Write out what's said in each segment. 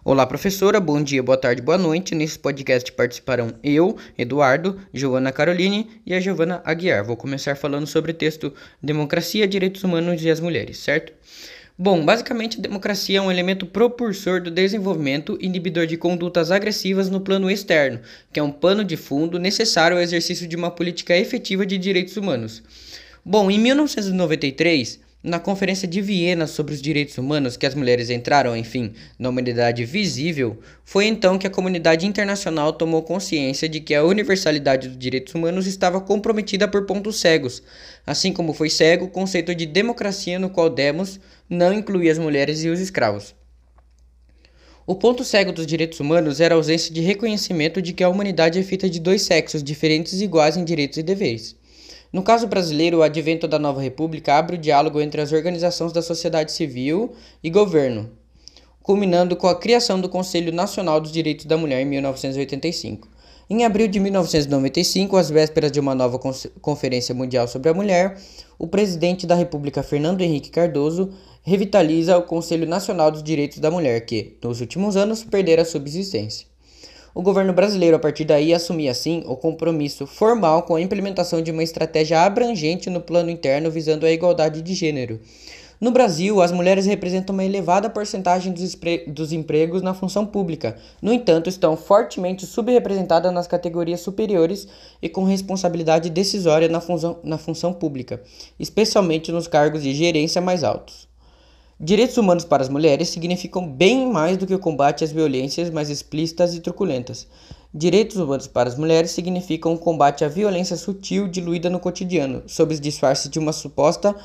Olá, professora, bom dia, boa tarde, boa noite. Nesse podcast participarão eu, Eduardo, Giovana Caroline e a Giovana Aguiar. Vou começar falando sobre o texto Democracia, Direitos Humanos e as Mulheres, certo? Bom, basicamente a democracia é um elemento propulsor do desenvolvimento e inibidor de condutas agressivas no plano externo, que é um pano de fundo necessário ao exercício de uma política efetiva de direitos humanos. Bom, em 1993, na Conferência de Viena sobre os Direitos Humanos, que as mulheres entraram, enfim, na humanidade visível, foi então que a comunidade internacional tomou consciência de que a universalidade dos direitos humanos estava comprometida por pontos cegos, assim como foi cego o conceito de democracia no qual Demos não incluía as mulheres e os escravos. O ponto cego dos direitos humanos era a ausência de reconhecimento de que a humanidade é feita de dois sexos diferentes e iguais em direitos e deveres. No caso brasileiro, o advento da nova república abre o diálogo entre as organizações da sociedade civil e governo, culminando com a criação do Conselho Nacional dos Direitos da Mulher em 1985. Em abril de 1995, às vésperas de uma nova Conferência Mundial sobre a Mulher, o presidente da República, Fernando Henrique Cardoso, revitaliza o Conselho Nacional dos Direitos da Mulher, que, nos últimos anos, perdera subsistência. O governo brasileiro, a partir daí, assumia, assim, o compromisso formal com a implementação de uma estratégia abrangente no plano interno visando a igualdade de gênero. No Brasil, as mulheres representam uma elevada porcentagem dos empregos na função pública. No entanto, estão fortemente subrepresentadas nas categorias superiores e com responsabilidade decisória na função pública, especialmente nos cargos de gerência mais altos. Direitos humanos para as mulheres significam bem mais do que o combate às violências mais explícitas e truculentas. Direitos humanos para as mulheres significam o combate à violência sutil diluída no cotidiano, sob os disfarces de uma suposta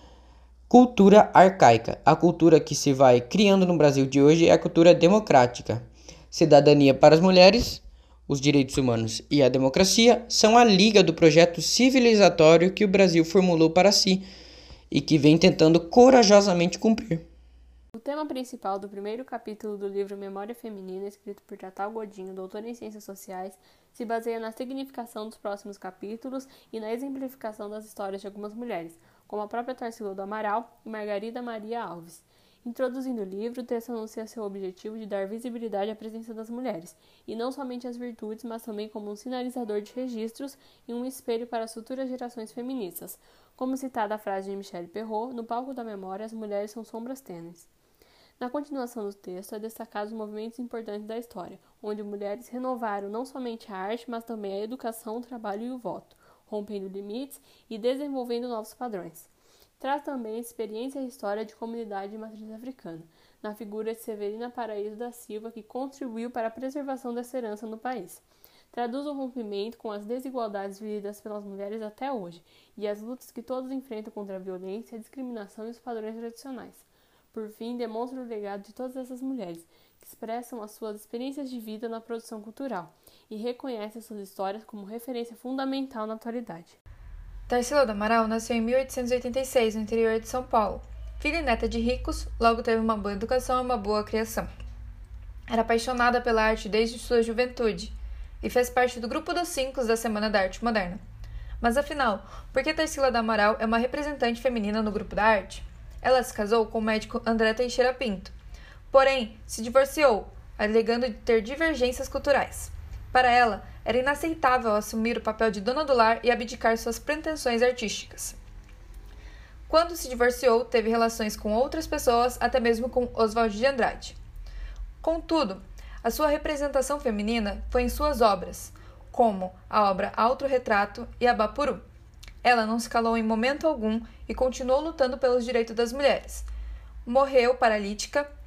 cultura arcaica. A cultura que se vai criando no Brasil de hoje é a cultura democrática. Cidadania para as mulheres, os direitos humanos e a democracia são a liga do projeto civilizatório que o Brasil formulou para si e que vem tentando corajosamente cumprir. O tema principal do primeiro capítulo do livro Memória Feminina, escrito por Tatal Godinho, doutora em Ciências Sociais, se baseia na significação dos próximos capítulos e na exemplificação das histórias de algumas mulheres, como a própria Tarsila do Amaral e Margarida Maria Alves. Introduzindo o livro, o texto anuncia seu objetivo de dar visibilidade à presença das mulheres, e não somente às virtudes, mas também como um sinalizador de registros e um espelho para as futuras gerações feministas. Como citada a frase de Michel Perrault, no palco da memória, as mulheres são sombras tênues. Na continuação do texto, é destacado os movimentos importantes da história, onde mulheres renovaram não somente a arte, mas também a educação, o trabalho e o voto, rompendo limites e desenvolvendo novos padrões. Traz também a experiência e a história de comunidade de matriz africana, na figura de Severina Paraíso da Silva, que contribuiu para a preservação dessa herança no país. Traduz o rompimento com as desigualdades vividas pelas mulheres até hoje e as lutas que todos enfrentam contra a violência, a discriminação e os padrões tradicionais. Por fim, demonstra o legado de todas essas mulheres, que expressam as suas experiências de vida na produção cultural e reconhece suas histórias como referência fundamental na atualidade. Tarsila do Amaral nasceu em 1886, no interior de São Paulo. Filha e neta de ricos, logo teve uma boa educação e uma boa criação. Era apaixonada pela arte desde sua juventude e fez parte do grupo dos 5 da Semana da Arte Moderna. Mas afinal, por que Tarsila do Amaral é uma representante feminina no grupo da arte? Ela se casou com o médico André Teixeira Pinto, porém se divorciou, alegando ter divergências culturais. Para ela, era inaceitável assumir o papel de dona do lar e abdicar suas pretensões artísticas. Quando se divorciou, teve relações com outras pessoas, até mesmo com Oswald de Andrade. Contudo, a sua representação feminina foi em suas obras, como a obra Autorretrato e Abapuru. Ela não se calou em momento algum e continuou lutando pelos direitos das mulheres. Morreu paralítica